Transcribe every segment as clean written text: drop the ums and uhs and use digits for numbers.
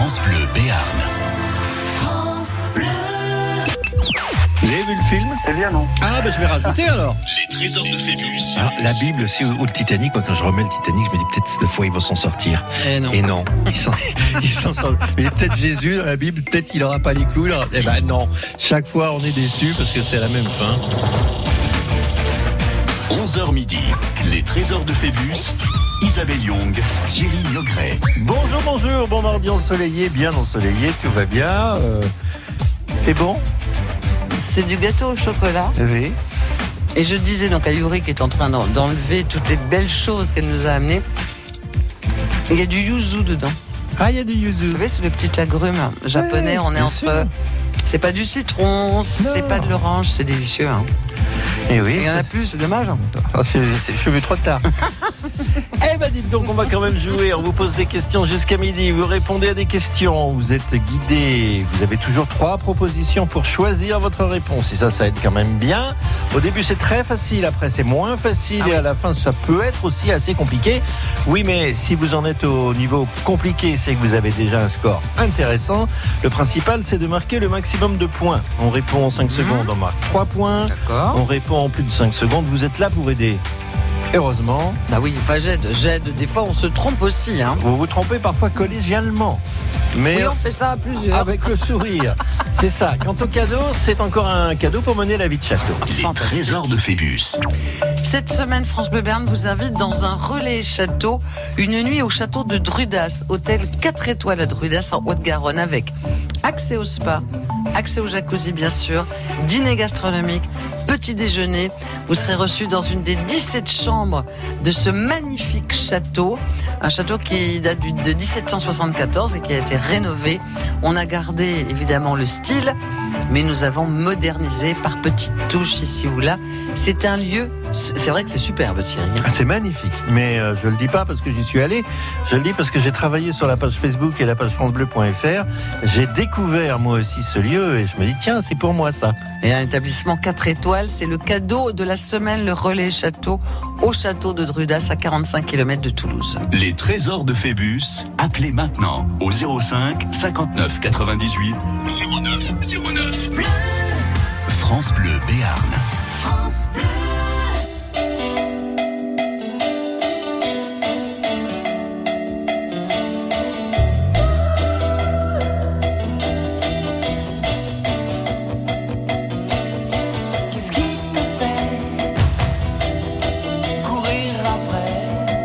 France Bleu Béarn. France Bleu. Vous avez vu le film ? C'est bien, non ? Ah, je vais rajouter alors. Les trésors de Phébus. Ah, la Bible aussi, ou le Titanic. Moi, quand je remets le Titanic, je me dis peut-être cette fois ils vont s'en sortir. Et non. Et non, ils s'en sortent. Mais peut-être Jésus dans la Bible, peut-être qu'il n'aura pas les clous. Eh ben non, chaque fois on est déçus parce que c'est la même fin. 11h midi, les trésors de Phébus. Isabelle Young, Thierry Nogret. Bonjour, bon mardi ensoleillé, bien ensoleillé, tout va bien. C'est bon ? C'est du gâteau au chocolat. Oui. Et je disais donc à Yuri qui est en train d'enlever toutes les belles choses qu'elle nous a amenées. Il y a du yuzu dedans. Ah, il y a du yuzu. Vous savez, c'est le petit agrume japonais. Ouais, on est bien entre. sûr. C'est pas du citron, c'est pas de l'orange, c'est délicieux. Hein. Et oui. Il y en a plus, c'est dommage. Hein. Je suis venu trop tard. Eh ben dites donc, on va quand même jouer. On vous pose des questions jusqu'à midi. Vous répondez à des questions. Vous êtes guidé. Vous avez toujours 3 propositions pour choisir votre réponse. Et ça aide quand même bien. Au début, c'est très facile. Après, c'est moins facile. Et à la fin, ça peut être aussi assez compliqué. Oui, mais si vous en êtes au niveau compliqué, c'est que vous avez déjà un score intéressant. Le principal, c'est de marquer le maximum de points. On répond en 5 secondes, on marque 3 points. D'accord. On répond en plus de 5 secondes. Vous êtes là pour aider. Heureusement. Bah oui, enfin j'aide. Des fois, on se trompe aussi. Hein. Vous vous trompez parfois collégialement. Mais Oui, on fait ça à plusieurs. avec le sourire. C'est ça. Quant au cadeau, c'est encore un cadeau pour mener la vie de château. Les Fantastique. trésors de Phébus. Cette semaine, France Bleu Béarn vous invite dans un relais château, une nuit au château de Drudas, hôtel 4 étoiles à Drudas en Haute-Garonne, avec accès au spa, accès au jacuzzi bien sûr, dîner gastronomique, petit déjeuner. Vous serez reçu dans une des 17 chambres de ce magnifique château, un château qui date de 1774 et qui a été rénové. On a gardé évidemment le style, mais nous avons modernisé par petites touches ici ou là. C'est un lieu, c'est vrai que c'est superbe, Thierry. Ah, c'est magnifique. Mais je le dis pas parce que j'y suis allé. Je le dis parce que j'ai travaillé sur la page Facebook et la page francebleu.fr. J'ai découvert moi aussi ce lieu et je me dis tiens, c'est pour moi ça. Et un établissement 4 étoiles, c'est le cadeau de la semaine, le relais château au château de Drudas à 45 km de Toulouse. Les trésors de Phébus. Appelez maintenant au 05 59 98 09 09. France Bleu Béarn. France Bleu. Qu'est-ce qui te fait courir après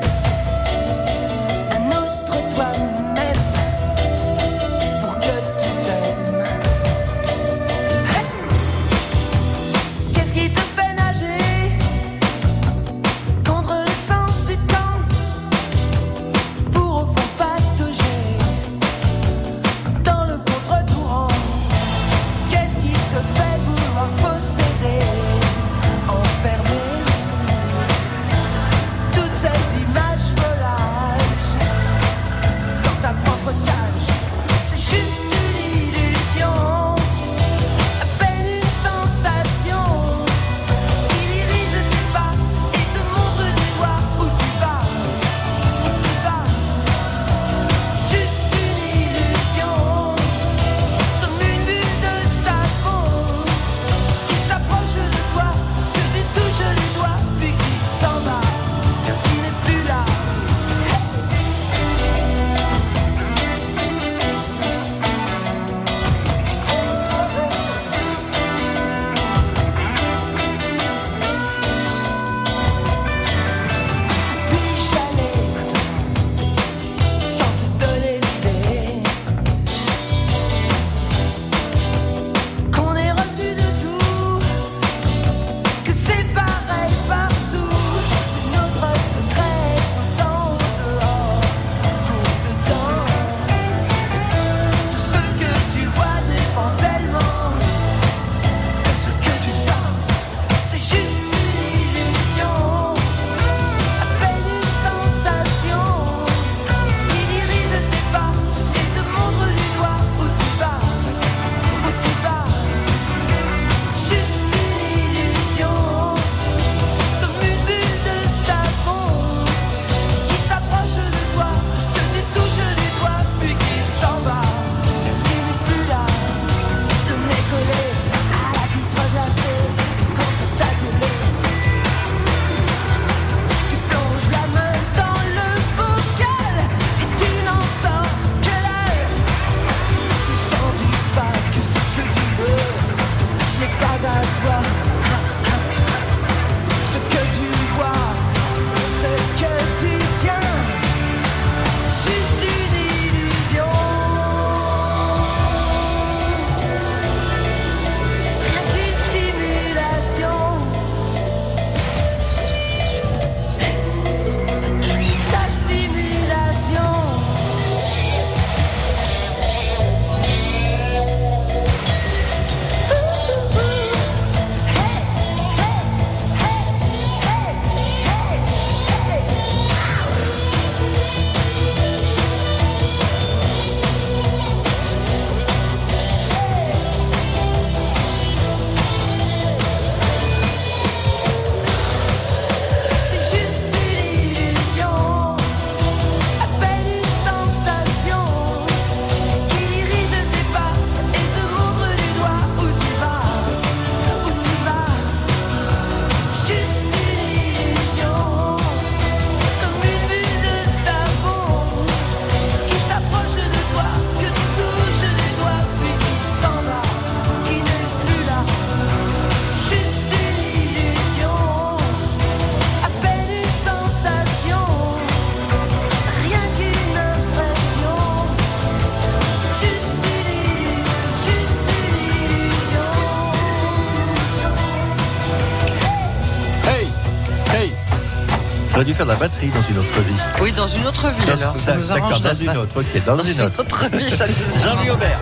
un autre toi-même pour que tu t'aimes? Qu'est-ce qui te fait nager J'aurais dû faire de la batterie dans une autre vie. Oui, dans une autre vie, alors. Ça nous D'accord, arrangerait, dans ça. une autre, ok, dans une autre. vie, ça nous Jean-Louis Aubert.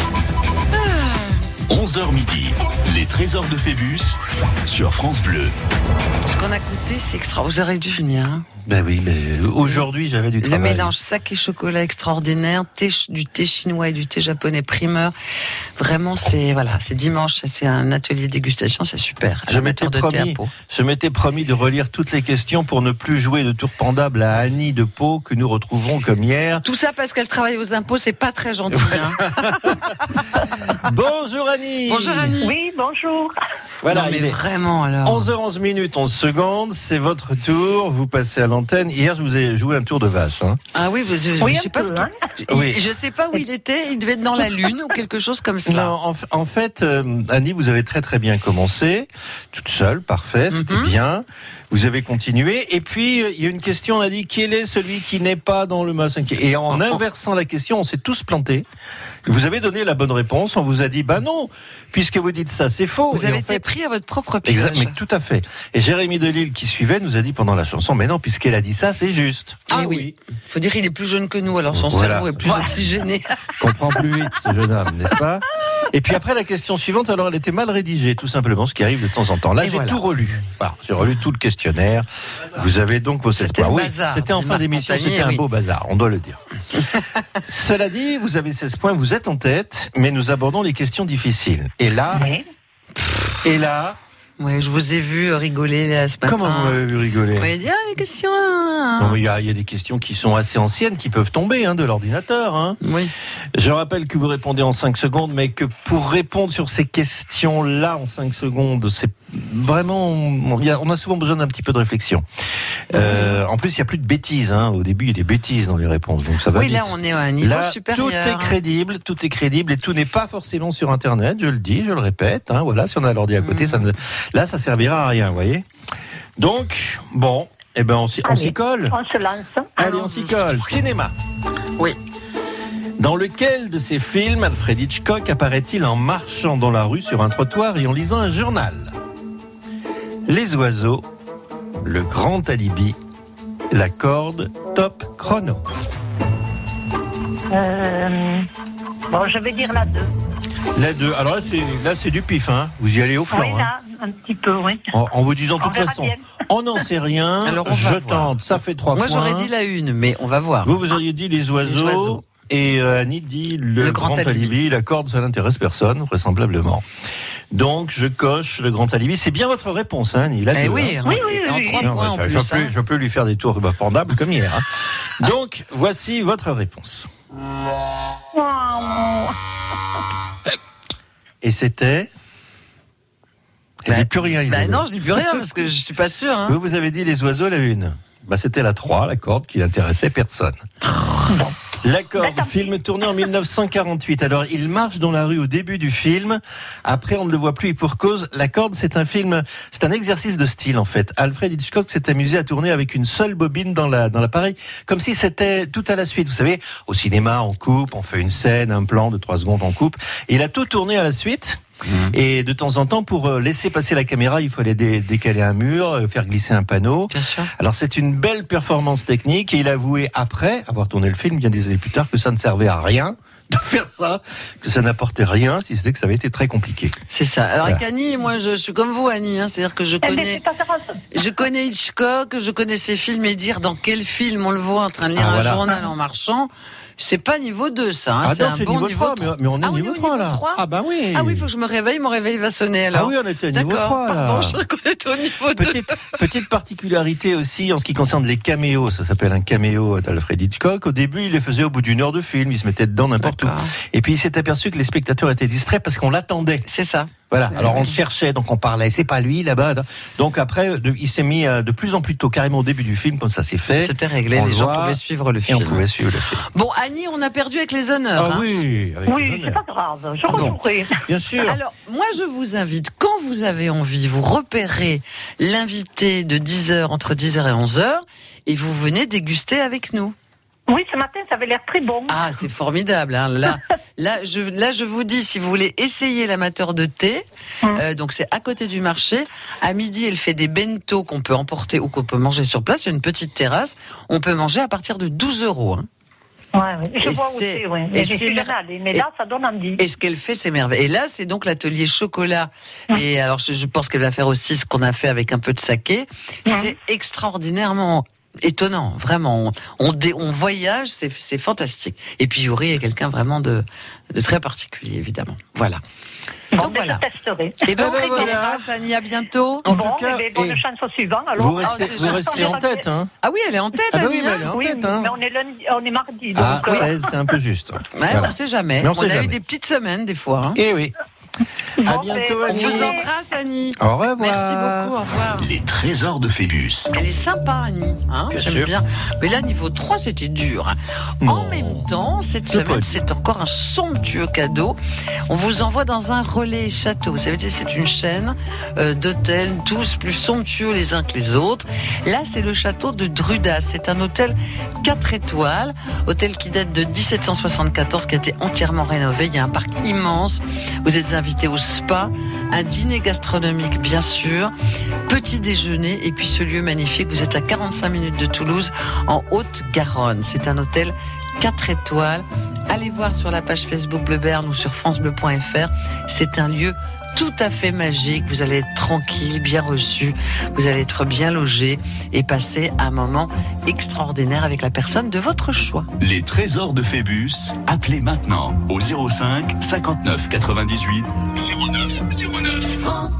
11h midi, les trésors de Phébus sur France Bleu. Ce qu'on a goûté, c'est extra. Vous aurez dû venir. Hein. Ben oui, mais aujourd'hui j'avais du Le travail. mélange saké chocolat extraordinaire, du thé chinois et du thé japonais primeur. Vraiment, c'est dimanche, c'est un atelier dégustation, c'est super. Je m'étais promis de relire toutes les questions pour ne plus jouer de tour pendable à Annie de Pau que nous retrouvons comme hier. Tout ça parce qu'elle travaille aux impôts, c'est pas très gentil. Hein. Bonjour Annie. Bonjour Annie. Oui, bonjour. Voilà, non, mais il est vraiment alors. 11h11 minutes 11 secondes, c'est votre tour, vous passez à l'antenne. Hier je vous ai joué un tour de vache. Hein. Ah oui, Oui, je sais pas peu, je sais pas où il était, il devait être dans la lune ou quelque chose comme cela. Non, en fait, Annie, vous avez très très bien commencé, toute seule, parfait, c'était bien. Vous avez continué, et puis il y a une question, on a dit quel est celui qui n'est pas dans le massin. Et en inversant la question, on s'est tous plantés. Vous avez donné la bonne réponse, on vous a dit bah non, puisque vous dites ça, c'est faux. Vous et avez en été fait, pris à votre propre piège. Exact, mais tout à fait. Et Jérémy Delille qui suivait nous a dit pendant la chanson, mais non, puisqu'elle a dit ça, c'est juste. Ah oui. Faut dire qu'il est plus jeune que nous, alors son Voilà. cerveau est plus oxygéné. Comprend plus vite ce jeune homme, n'est-ce pas? Et puis après la question suivante, alors elle était mal rédigée, tout simplement, ce qui arrive de temps en temps. Là, Et j'ai voilà. tout relu. Voilà, j'ai relu tout le questionnaire. Vous avez donc vos 16 C'était points. le Oui, bazar, c'était en dit fin Marc d'émission, Montagnier, c'était un oui. beau bazar, on doit le dire. Cela dit, vous avez 16 points, vous êtes en tête, mais nous abordons les questions difficiles. Et là, Oui, je vous ai vu rigoler là, ce matin. comment vous m'avez vu rigoler? Vous m'avez dit, les questions là. Non, mais il y a des questions qui sont assez anciennes, qui peuvent tomber de l'ordinateur. Hein. Oui. Je rappelle que vous répondez en 5 secondes, mais que pour répondre sur ces questions-là en 5 secondes, c'est vraiment... On a souvent besoin d'un petit peu de réflexion. En plus, il n'y a plus de bêtises. Hein. Au début, il y a des bêtises dans les réponses, donc ça va Oui, vite. là, on est à un niveau Là, supérieur. tout est crédible et tout n'est pas forcément sur Internet, je le dis, je le répète. Hein, voilà, si on a l'ordi à côté, là, ça servira à rien, vous voyez. Donc, bon, eh ben, on s'y colle. On se lance. Allez, on s'y colle. Cinéma. Oui. Dans lequel de ces films Alfred Hitchcock apparaît-il en marchant dans la rue sur un trottoir et en lisant un journal? Les oiseaux, Le Grand Alibi, La Corde, Top Chrono. Bon, je vais dire la 2. La 2. Alors là, c'est du pif, hein. Vous y allez au flanc. Oui, là, un petit peu, oui. En vous disant, de On toute verra façon, bien. on n'en sait rien. Alors, on va je voir. tente. Ça fait 3 Moi, points. j'aurais dit la 1, mais on va voir. Vous auriez dit les oiseaux. Les oiseaux. Et Annie dit le grand alibi. La corde, ça n'intéresse personne, vraisemblablement. Donc, je coche le grand alibi. C'est bien votre réponse, hein, Annie. La Eh 2, oui, hein. Oui, en oui. 3 Non, points bah, en ça, plus. je peux lui faire des tours pendables comme hier. Hein. Donc, voici votre réponse. Et c'était... Elle dit plus rien, Isabelle. Non, je dis plus rien parce que je suis pas sûr. Hein. Vous avez dit les oiseaux, la 1. C'était la 3, la corde, qui n'intéressait personne. La corde, film tourné en 1948. Alors, il marche dans la rue au début du film. Après, on ne le voit plus et pour cause. La corde, c'est un exercice de style, en fait. Alfred Hitchcock s'est amusé à tourner avec une seule bobine dans l'appareil, comme si c'était tout à la suite. Vous savez, au cinéma, on coupe, on fait une scène, un plan de 3 secondes, on coupe. Et il a tout tourné à la suite. Et de temps en temps, pour laisser passer la caméra, il fallait décaler un mur, faire glisser un panneau. Bien sûr. Alors c'est une belle performance technique et il a avoué après avoir tourné le film bien des années plus tard que ça ne servait à rien de faire ça, que ça n'apportait rien, si c'était que ça avait été très compliqué. C'est ça. Alors Voilà. avec Annie, moi je suis comme vous Annie, hein, c'est-à-dire que je connais Hitchcock, je connais ses films et dire dans quel film on le voit en train de lire un journal en marchant, c'est pas niveau 2 ça, hein, non, c'est un bon niveau 3. Mais on est niveau 3 là. 3 Ah bah oui. Ah oui, il faut que je me réveille, mon réveil va sonner alors. Ah oui, on était à niveau D'accord, 3 là. pardon, je connais au niveau 2. Petite particularité aussi en ce qui concerne les caméos, ça s'appelle un caméo d'Alfred Hitchcock. Au début, il les faisait au bout d'1 heure de film, il se mettait dedans n'importe où. D'accord. Et puis il s'est aperçu que les spectateurs étaient distraits parce qu'on l'attendait. C'est ça. Voilà, alors on cherchait, donc on parlait, c'est pas lui là-bas. Donc après, il s'est mis de plus en plus tôt, carrément au début du film, comme ça s'est fait. C'était réglé, On les le gens voit, pouvaient suivre le Et film. on pouvait suivre le film. Bon, Annie, on a perdu avec les honneurs. Ah hein. oui, avec Oui, les c'est honneurs. pas grave, je rejouerai. Bien sûr. Alors, moi, je vous invite, quand vous avez envie, vous repérez l'invité de 10h, entre 10h et 11h, et vous venez déguster avec nous. Oui, ce matin, ça avait l'air très bon. Ah, c'est formidable, hein. Là, Là, je vous dis, si vous voulez essayer l'amateur de thé, donc c'est à côté du marché. À midi, elle fait des bento qu'on peut emporter ou qu'on peut manger sur place. Il y a une petite terrasse. On peut manger à partir de 12 €. Ouais. Je vois où c'est, oui. Mais j'y suis jamais allée. Mais là, ça donne envie. Et ce qu'elle fait, c'est merveilleux. Et là, c'est donc l'atelier chocolat. Et alors, je pense qu'elle va faire aussi ce qu'on a fait avec un peu de saké. C'est extraordinairement étonnant, vraiment. On voyage, c'est fantastique. Et puis Yuri est quelqu'un vraiment de très particulier, évidemment. Voilà. Bon, je testerai. Et ben, on vous voilà. embrasse, Annie, à bientôt. En tout cas, bonne chance au suivant. Alors. Vous restez en tête, hein. Ah oui, elle est en tête, Ah bah Annie. oui, mais elle est en tête, hein. Mais on est mardi. Donc, 16, c'est un peu juste. Ouais, Voilà. on sait jamais. Mais on On sait a eu jamais. des petites semaines, des fois. Hein. Eh oui. À Bon, bientôt, ben, Annie. On vous embrasse, Annie. Au revoir. Merci beaucoup, au revoir. Les trésors de Phébus. Elle est sympa, Annie. Hein, Bien j'aime sûr. bien. Mais là, niveau 3, c'était dur. Hein. En même temps, cette C'est pas semaine, dur. c'est encore un somptueux cadeau. On vous envoie dans un relais château. Vous savez, c'est une chaîne d'hôtels, tous plus somptueux les uns que les autres. Là, c'est le château de Drudas. C'est un hôtel 4 étoiles. Hôtel qui date de 1774, qui a été entièrement rénové. Il y a un parc immense. Vous êtes invité au spa. Un dîner gastronomique, bien sûr, petit déjeuner, et puis ce lieu magnifique. Vous êtes à 45 minutes de Toulouse, en Haute-Garonne. C'est un hôtel 4 étoiles. Allez voir sur la page Facebook Bleu Béarn ou sur francebleu.fr. C'est un lieu tout à fait magique. Vous allez être tranquille, bien reçu. Vous allez être bien logé et passer un moment extraordinaire avec la personne de votre choix. Les trésors de Phébus. Appelez maintenant au 05 59 98 09 09.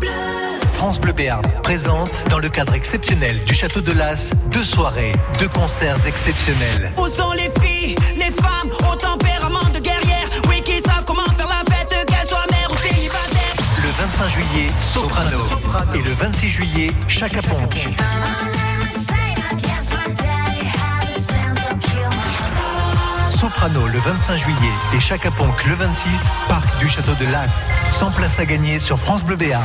France Bleu Béarn présente, dans le cadre exceptionnel du Château de Las, 2 soirées, 2 concerts exceptionnels. Où sont les filles, les femmes au tempérament de guerrière? Oui, qui savent comment faire la fête, qu'elles soient mères ou célibataires. Le 25 juillet, Soprano. Et le 26 juillet, Chaka Ponk. Soprano le 25 juillet et Chaka Ponk le 26, parc du Château de Las. 100 places à gagner sur France Bleu Béarn.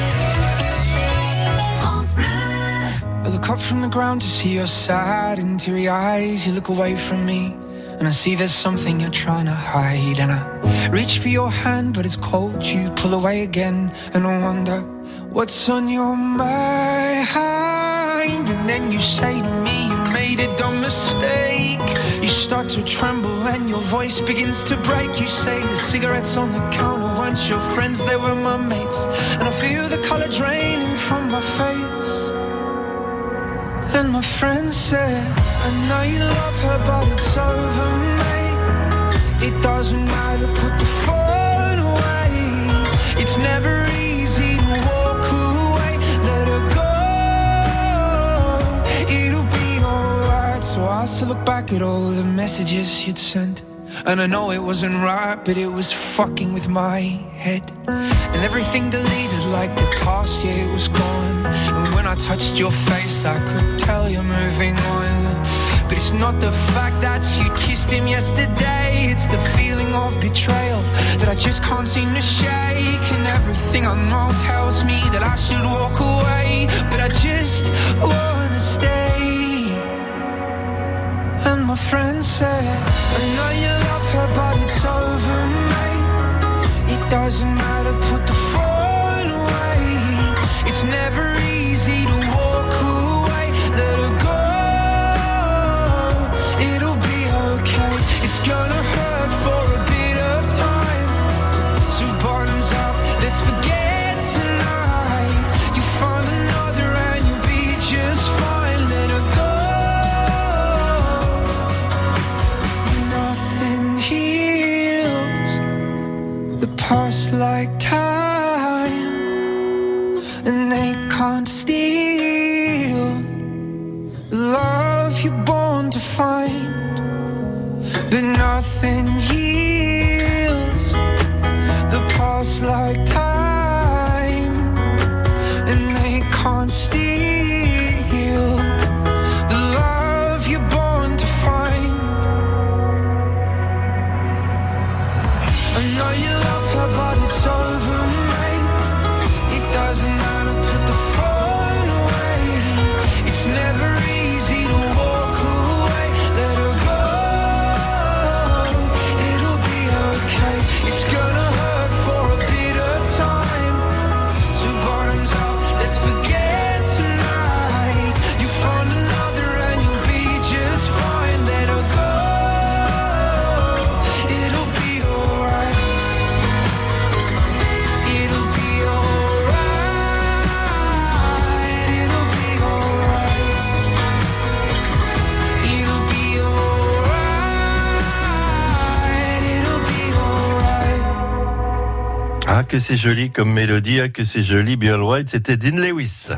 I look up from the ground to see your sad and teary eyes. You look away from me and I see there's something you're trying to hide. And I reach for your hand but it's cold. You pull away again and I wonder what's on your mind. And then you say to me you made a dumb mistake. You start to tremble and your voice begins to break. You say the cigarettes on the counter weren't your friends, they were my mates. And I feel the color draining from my face. And my friend said, I know you love her, but it's over, mate. It doesn't matter, put the phone away. It's never easy to walk away. Let her go, it'll be alright. So I still look back at all the messages you'd sent. And I know it wasn't right, but it was fucking with my head. And everything deleted like the past, yeah, it was gone. And when I touched your face, I could tell you're moving on. But it's not the fact that you kissed him yesterday. It's the feeling of betrayal that I just can't seem to shake. And everything I know tells me that I should walk away, but I just wanna stay. And my friend said, I know you love her, but it's over, mate. It doesn't matter, put the phone away. It's never easy to walk away. Let her go, it'll be okay. It's gonna hurt for a bit of time. So bottoms up, let's forget tonight. You find another and you'll be just fine. Let her go. Nothing heals the past like time, and they can't steal the love you're born to find. But nothing heals the past like time, and they can't steal the love you're born to find. I know you love her, but it's over, mate. It doesn't matter, put the phone away. It's never easy to walk away. Let her go, it'll be okay. Ah, que c'est joli comme mélodie, ah, que c'est joli, Bill White, c'était Dean Lewis.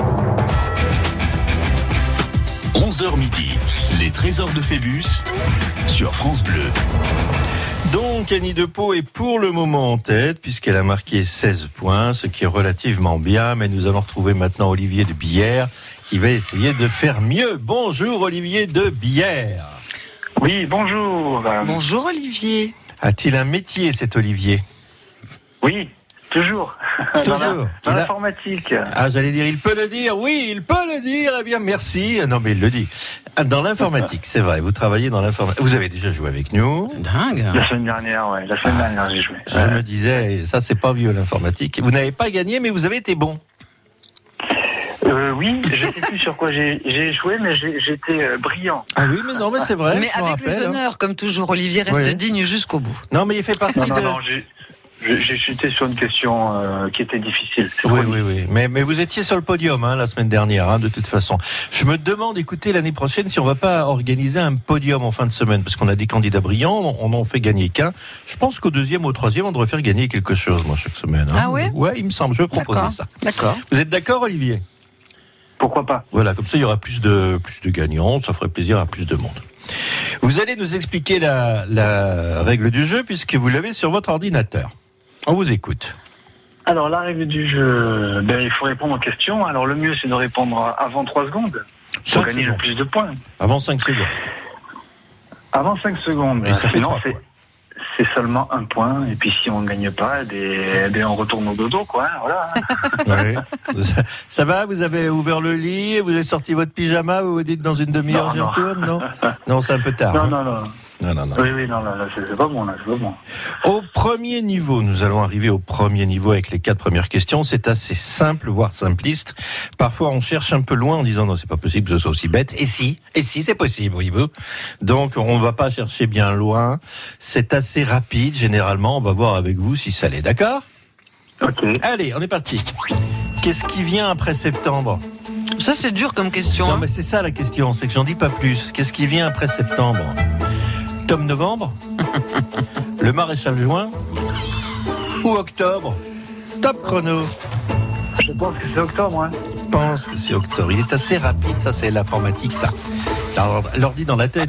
11h midi, les trésors de Phébus sur France Bleu. Donc Annie Depeau est pour le moment en tête puisqu'elle a marqué 16 points, ce qui est relativement bien, mais nous allons retrouver maintenant Olivier de Bière qui va essayer de faire mieux. Bonjour Olivier de Bière. Oui, bonjour. Bonjour Olivier. A-t-il un métier cet Olivier? Oui, toujours. Toujours. Dans l'informatique. Ah, j'allais dire, il peut le dire. Oui, il peut le dire. Eh bien, merci. Non, mais il le dit. Dans l'informatique, c'est vrai. Vous travaillez dans l'informatique. Vous avez déjà joué avec nous. Dingue. La semaine dernière, ouais. La semaine dernière, j'ai joué. Je me disais, ça, c'est pas vieux l'informatique. Vous n'avez pas gagné, mais vous avez été bon. Oui, je sais plus sur quoi j'ai échoué, mais j'étais brillant. Ah oui, mais non, mais c'est vrai. Mais avec les honneurs, comme toujours, Olivier reste digne jusqu'au bout. Non, mais il fait partie de... Non, j'ai chuté sur une question qui était difficile. Oui. Mais vous étiez sur le podium la semaine dernière, de toute façon. Je me demande, écoutez, l'année prochaine, si on va pas organiser un podium en fin de semaine, parce qu'on a des candidats brillants, on n'en fait gagner qu'un. Je pense qu'au deuxième ou au troisième, on devrait faire gagner quelque chose, moi, chaque semaine. Ah ouais? Ouais, il me semble. Je vais proposer ça. D'accord. Vous êtes d'accord, Olivier? Pourquoi pas? Voilà, comme ça, il y aura plus de gagnants, ça ferait plaisir à plus de monde. Vous allez nous expliquer la règle du jeu, puisque vous l'avez sur votre ordinateur. On vous écoute. Alors, la règle du jeu, il faut répondre aux questions. Alors, le mieux, c'est de répondre avant 3 secondes. Pour gagner le plus de points. Avant 5 secondes. Avant 5 secondes. Et ça fait sinon, 3 points. C'est seulement 1 point. Et puis, si on ne gagne pas, on retourne au dodo, quoi. Voilà. Oui. Ça va? Vous avez ouvert le lit, vous avez sorti votre pyjama, vous vous dites dans une demi-heure, j'y retourne, non? Non, c'est un peu tard. Non. Non. Oui, non, là, c'est pas bon, là, c'est pas bon. Au premier niveau, nous allons arriver au premier niveau avec les 4 premières questions. C'est assez simple, voire simpliste. Parfois, on cherche un peu loin en disant non, c'est pas possible que ce soit aussi bête. Et si, c'est possible, voyez-vous. Donc, on va pas chercher bien loin. C'est assez rapide, généralement. On va voir avec vous si ça l'est, d'accord? Ok. Allez, on est parti. Qu'est-ce qui vient après septembre? Ça, c'est dur comme question. Non, mais c'est ça la question, c'est que j'en dis pas plus. Qu'est-ce qui vient après septembre? Tom Novembre? Le Maréchal Juin? Ou octobre? Top chrono. Je pense que c'est octobre, hein. Je pense que c'est octobre. Il est assez rapide, ça c'est l'informatique, ça. Alors, l'ordi dans la tête.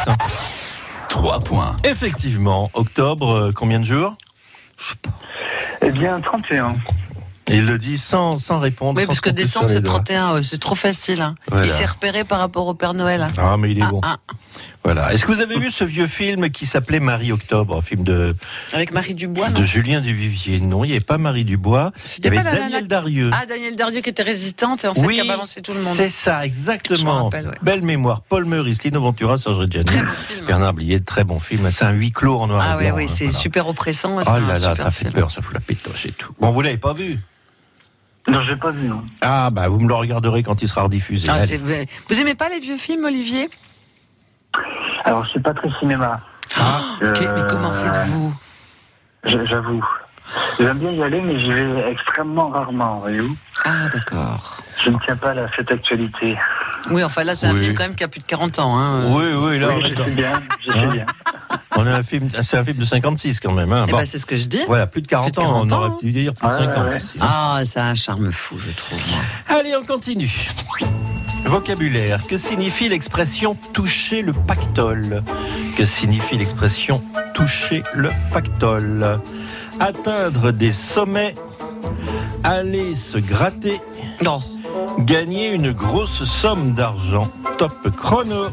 3 points. Effectivement, octobre, combien de jours? Je sais pas. Eh bien, 31. Et il le dit sans répondre. Oui, sans parce que compter décembre, sur les c'est doigts. 31. C'est trop facile. Voilà. Il s'est repéré par rapport au Père Noël. Ah, mais il est bon. Ah. Voilà. Est-ce que vous avez vu ce vieux film qui s'appelait Marie-Octobre, un film Avec Marie Dubois, non? de Julien Duvivier? Non, il n'y avait pas Marie Dubois. Il y avait Daniel Darieux. Ah, Daniel Darieux qui était résistante et en fait qui a balancé tout le monde. C'est ça, exactement. Je me rappelle, ouais. Belle mémoire. Paul Meurice, Lino Ventura, Serge Reggiani. Très bon film. Bernard Blier, très bon film. C'est un huis clos en noir et blanc. Oui, c'est super oppressant. Oh là là, ça fait peur, ça fout la pétoche et tout. Bon, vous l'avez pas vu? Non, je l'ai pas vu, non. Ah, bah, vous me le regarderez quand il sera rediffusé. Vous aimez pas les vieux films, Olivier? Alors, je suis pas très cinéma. Mais comment faites-vous? J'avoue. J'aime bien y aller, mais j'y vais extrêmement rarement, voyez-vous. Ah, d'accord. Je ne tiens pas à cette actualité. Oui, enfin là, c'est un film quand même qui a plus de 40 ans. Hein. Oui, là, je sais bien, bien. On a c'est un film de 56 quand même. Eh ben, c'est ce que je dis. Voilà, plus de 40 ans, on aurait pu dire plus de 50 aussi. Ah, ça a un charme fou, je trouve. Allez, on continue. Vocabulaire. Que signifie l'expression toucher le pactole? Que signifie l'expression toucher le pactole? Atteindre des sommets, aller se gratter, non. Gagner une grosse somme d'argent. Top chrono.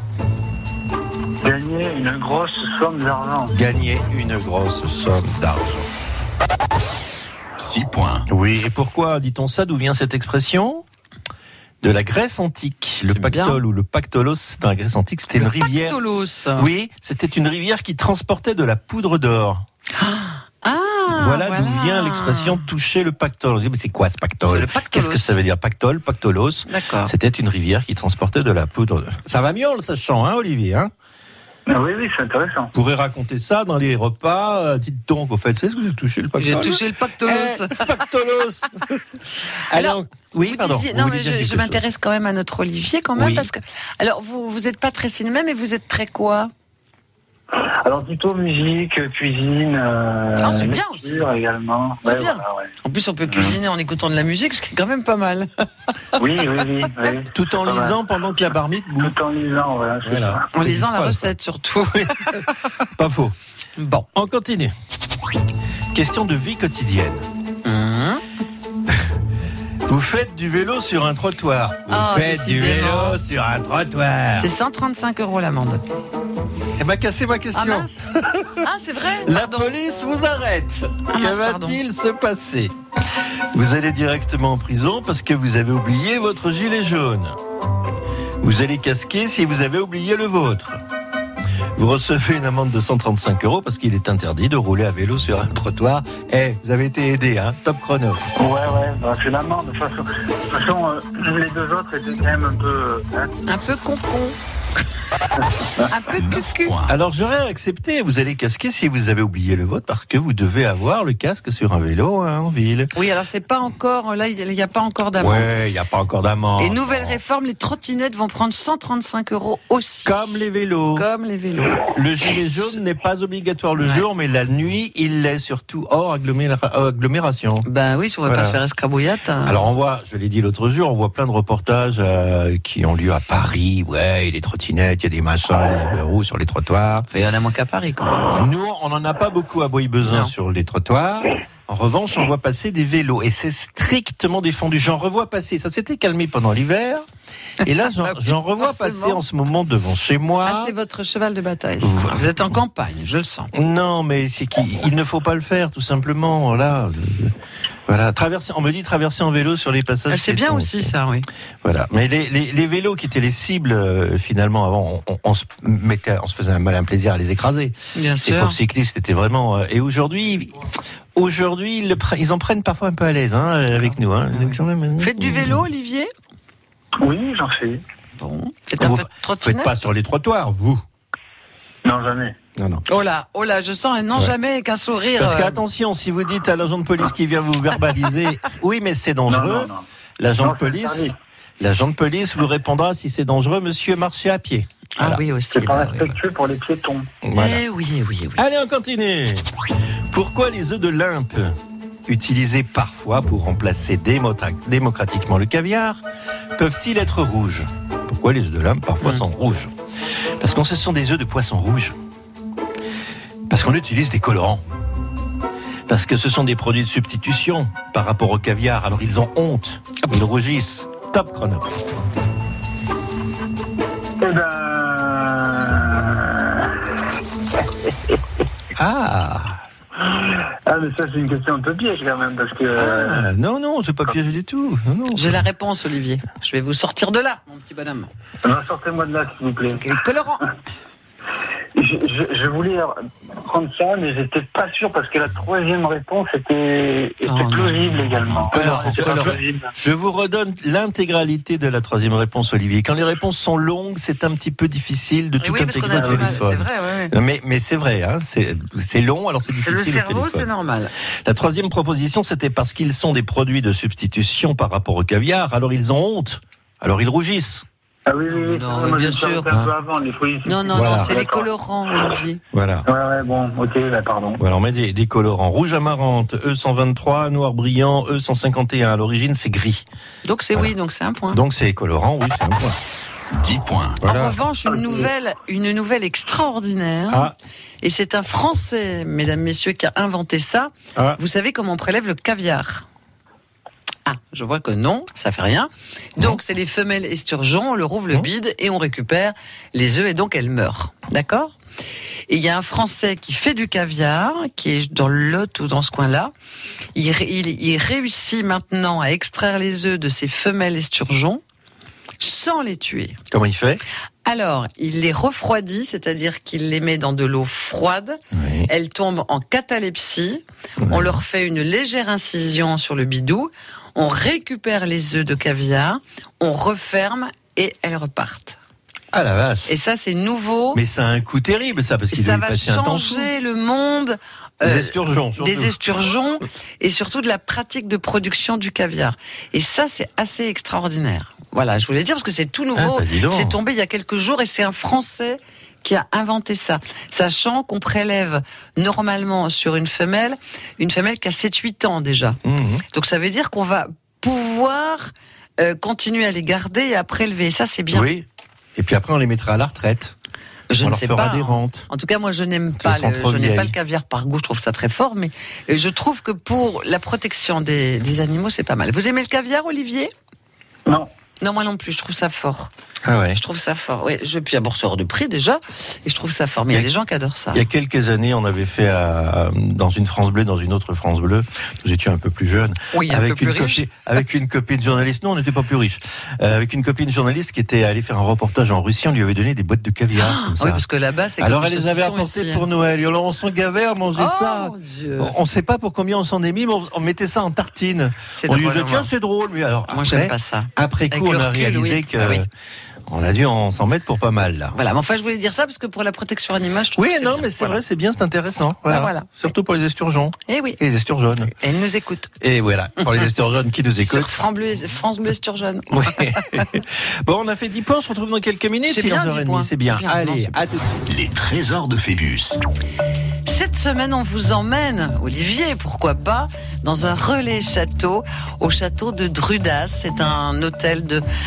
Gagner une grosse somme d'argent. Gagner une grosse somme d'argent. 6 points. Oui, et pourquoi dit-on ça? D'où vient cette expression? De la Grèce antique. Le pactole ou le pactolos, dans la Grèce antique, c'était une rivière. Pactolos. Oui, c'était une rivière qui transportait de la poudre d'or. Voilà d'où vient l'expression toucher le pactole. On se dit, mais c'est quoi ce pactole? Qu'est-ce que ça veut dire? Pactole, pactolos. D'accord. C'était une rivière qui transportait de la poudre d'or. Ça va mieux en le sachant, hein, Olivier, hein? Oui, c'est intéressant. Vous pourrez raconter ça dans les repas. Dites donc, au fait, c'est ce que vous avez touché le pactole? J'ai touché le pactolos. Pactolos. Alors, oui, pardon. Non, mais je m'intéresse quand même à notre Olivier, quand même, parce que. Alors, vous n'êtes pas très cinéma, mais vous êtes très quoi? Alors plutôt musique, cuisine, c'est bien aussi. également. C'est bien. En plus, on peut cuisiner en écoutant de la musique, ce qui est quand même pas mal. Oui. Tout en lisant pendant que la marmite bout. Tout en lisant, voilà. Ça. En lisant la recette surtout. Pas faux. Bon. On continue. Question de vie quotidienne. Vous faites du vélo sur un trottoir. Vous faites du vélo sur un trottoir. C'est 135 € l'amende. Eh ben, cassez ma question. Ah mince. Ah, c'est vrai. La police vous arrête. Que va-t-il se passer? Vous allez directement en prison parce que vous avez oublié votre gilet jaune. Vous allez casquer si vous avez oublié le vôtre. Vous recevez une amende de 135 € parce qu'il est interdit de rouler à vélo sur un trottoir. Vous avez été aidé, hein? Top chrono. Ouais, c'est l'amende. De toute façon, les deux autres étaient quand même un peu... Un peu con-con. Un peu cucu. Alors j'aurais accepté, vous allez casquer si vous avez oublié le vôtre parce que vous devez avoir le casque sur un vélo en ville. Oui, alors c'est pas encore, là il n'y a pas encore d'amende. Ouais, il n'y a pas encore d'amende. Et nouvelle réforme, les trottinettes vont prendre 135 € aussi. Comme les vélos. Le gilet jaune n'est pas obligatoire le jour, mais la nuit, il l'est surtout hors agglomération. Ben oui, si on ne veut pas se faire escrabouillate. Alors on voit, je l'ai dit l'autre jour, on voit plein de reportages qui ont lieu à Paris. Ouais, les trottinettes, il y a des machins, les roues sur les trottoirs. Il y en a moins qu'à Paris, quand même. Nous, on n'en a pas beaucoup à Bois-Bezin sur les trottoirs. En revanche, on voit passer des vélos et c'est strictement défendu. J'en revois passer. Ça s'était calmé pendant l'hiver. Et là, j'en revois passer en ce moment devant chez moi. Ah, c'est votre cheval de bataille. Vous êtes en campagne, je le sens. Non, mais c'est qu'il ne faut pas le faire, tout simplement. Voilà, traverser. On me dit traverser en vélo sur les passages. C'est bien aussi, ça, oui. Voilà. Mais les vélos qui étaient les cibles, finalement, avant, on se faisait un malin plaisir à les écraser. Bien sûr. Les pauvres cyclistes étaient vraiment. Et aujourd'hui, ils en prennent parfois un peu à l'aise, avec nous. Faites du vélo, Olivier? Oui, j'en fais. Bon. Faites un peu de trottinette? Faites pas sur les trottoirs, vous? Non, jamais. Non. Oh là, je sens un non jamais qu'un sourire. Parce qu'attention, si vous dites à l'agent de police qui vient vous verbaliser, oui, mais c'est dangereux. Non. L'agent de police vous répondra si c'est dangereux, monsieur, marchez à pied. Voilà. Ah oui, aussi. C'est pas respectueux pour les piétons. Voilà. Oui. Allez, on continue. Pourquoi les œufs de Limpe, utilisés parfois pour remplacer démocratiquement le caviar, peuvent-ils être rouges? Pourquoi les œufs de Limpe parfois sont rouges? Parce que ce sont des œufs de poisson rouge. Parce qu'on utilise des colorants. Parce que ce sont des produits de substitution par rapport au caviar. Alors ils ont honte. Ils rougissent. Top chrono. Mais ça c'est une question un peu piège quand même parce que... Non, c'est pas piège du tout. Non. J'ai la réponse, Olivier. Je vais vous sortir de là, mon petit bonhomme. Sortez-moi de là, s'il vous plaît. Les colorants. Je voulais prendre ça, mais j'étais pas sûr parce que la troisième réponse était plausible également. Alors, je vous redonne l'intégralité de la troisième réponse, Olivier. Quand les réponses sont longues, c'est un petit peu difficile de tout intégrer au téléphone. C'est vrai, mais c'est vrai, c'est long, alors c'est difficile. Le cerveau, c'est normal. La troisième proposition, c'était parce qu'ils sont des produits de substitution par rapport au caviar, alors ils ont honte, alors ils rougissent. Ah oui. Non, bien sûr. Un peu avant, non, c'est les colorants, Olivier. Voilà. Ouais, bon, ok, pardon. Voilà, on met des colorants. Rouge amarante, E123, noir brillant, E151. À l'origine, c'est gris. Donc c'est donc c'est un point. Donc c'est colorant, oui, c'est un point. 10 points. Voilà. En revanche, une nouvelle extraordinaire. Et c'est un Français, mesdames, messieurs, qui a inventé ça. Vous savez comment on prélève le caviar? Je vois que non, ça fait rien. Donc, c'est les femelles esturgeons, on leur ouvre le bide et on récupère les œufs et donc elles meurent. D'accord? Et il y a un Français qui fait du caviar, qui est dans le Lot ou dans ce coin-là. Il réussit maintenant à extraire les œufs de ces femelles esturgeons sans les tuer. Comment il fait? Alors, il les refroidit, c'est-à-dire qu'il les met dans de l'eau froide. Oui. Elles tombent en catalepsie. Oui. On leur fait une légère incision sur le bidou. On récupère les œufs de caviar, on referme et elles repartent. Ah la vache. Et ça, c'est nouveau. Mais ça a un coût terrible, ça, parce qu'il doit y passer un temps. Ça va changer le monde. Des esturgeons, surtout. Des esturgeons et surtout de la pratique de production du caviar. Et ça, c'est assez extraordinaire. Voilà, je voulais dire parce que c'est tout nouveau. C'est tombé il y a quelques jours et c'est un Français qui a inventé ça, sachant qu'on prélève normalement sur une femelle qui a 7-8 ans déjà. Donc ça veut dire qu'on va pouvoir continuer à les garder et à prélever. Ça, c'est bien. Oui. Et puis après, on les mettra à la retraite. Je ne sais pas. Des rentes. En tout cas, moi, je n'aime pas le caviar par goût. Je trouve ça très fort, mais je trouve que pour la protection des animaux, c'est pas mal. Vous aimez le caviar, Olivier ? Non. Non, moi non plus. Je trouve ça fort. Ah ouais. Je trouve ça fort. Oui, puis d'abord, c'est hors de prix déjà, et je trouve ça fort. Mais il y a des gens qui adorent ça. Il y a quelques années, on avait fait dans une France Bleue, dans une autre France Bleue. Nous étions un peu plus jeunes. Oui, avec une copine journaliste. Non, on n'était pas plus riches. Avec une copine journaliste qui était allée faire un reportage en Russie. On lui avait donné des boîtes de caviar. Comme ça. Oui, parce que là-bas, c'est. Alors elle les avait apportées pour Noël. Et alors on s'en gavait à manger ça. Dieu. On ne sait pas pour combien on s'en est mis, mais on mettait ça en tartine. On lui disait tiens, c'est drôle. Mais alors moi, j'aime pas ça. Après coup, on a réalisé que. On a dû s'en mettre pour pas mal, là. Voilà, mais enfin, je voulais dire ça parce que pour la protection animale, je trouve que c'est bien. Mais c'est vrai, c'est bien, c'est intéressant. Voilà. Surtout pour les esturgeons. Et oui. Et les esturjeunes. Et elle nous écoute. Et voilà, pour les esturjeunes qui nous écoutent. Sur France Bleu Esturgeon. Oui. Bon, on a fait 10 points, on se retrouve dans quelques minutes. C'est bien, 10 points. C'est bien. Allez, à tout de suite. Les trésors de Phébus. Cette semaine, on vous emmène, Olivier, pourquoi pas, dans un relais château, au château de Drudas. C'est un hôtel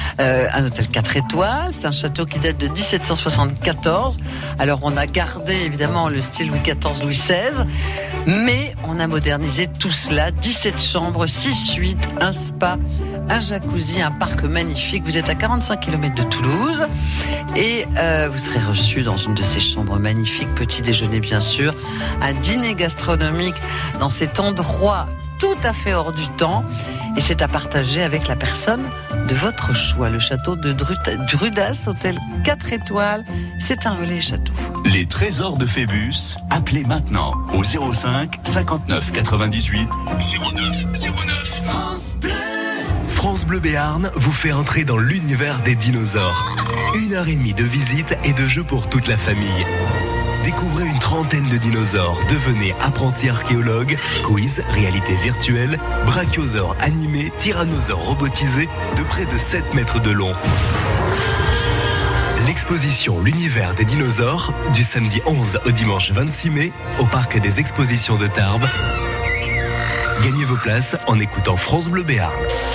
4 étoiles. C'est un château qui date de 1774. Alors, on a gardé, évidemment, le style Louis XIV, Louis XVI. Mais on a modernisé tout cela. 17 chambres, 6 suites, un spa, un jacuzzi, un parc magnifique. Vous êtes à 45 km de Toulouse. Et vous serez reçu dans une de ces chambres magnifiques. Petit déjeuner, bien sûr. Un dîner gastronomique dans cet endroit tout à fait hors du temps. Et c'est à partager avec la personne de votre choix. Le château de Drudas, hôtel 4 étoiles. C'est un relais château. Les trésors de Phébus. Appelez maintenant au 05 59 98 09 09. France Bleu. France Bleu Béarn vous fait entrer dans l'univers des dinosaures. 1h30 de visite et de jeux pour toute la famille. Découvrez une trentaine de dinosaures, devenez apprenti archéologue, quiz, réalité virtuelle, brachiosaures animés, tyrannosaures robotisés de près de 7 mètres de long. L'exposition L'univers des dinosaures, du samedi 11 au dimanche 26 mai, au parc des expositions de Tarbes. Gagnez vos places en écoutant France Bleu Béarn.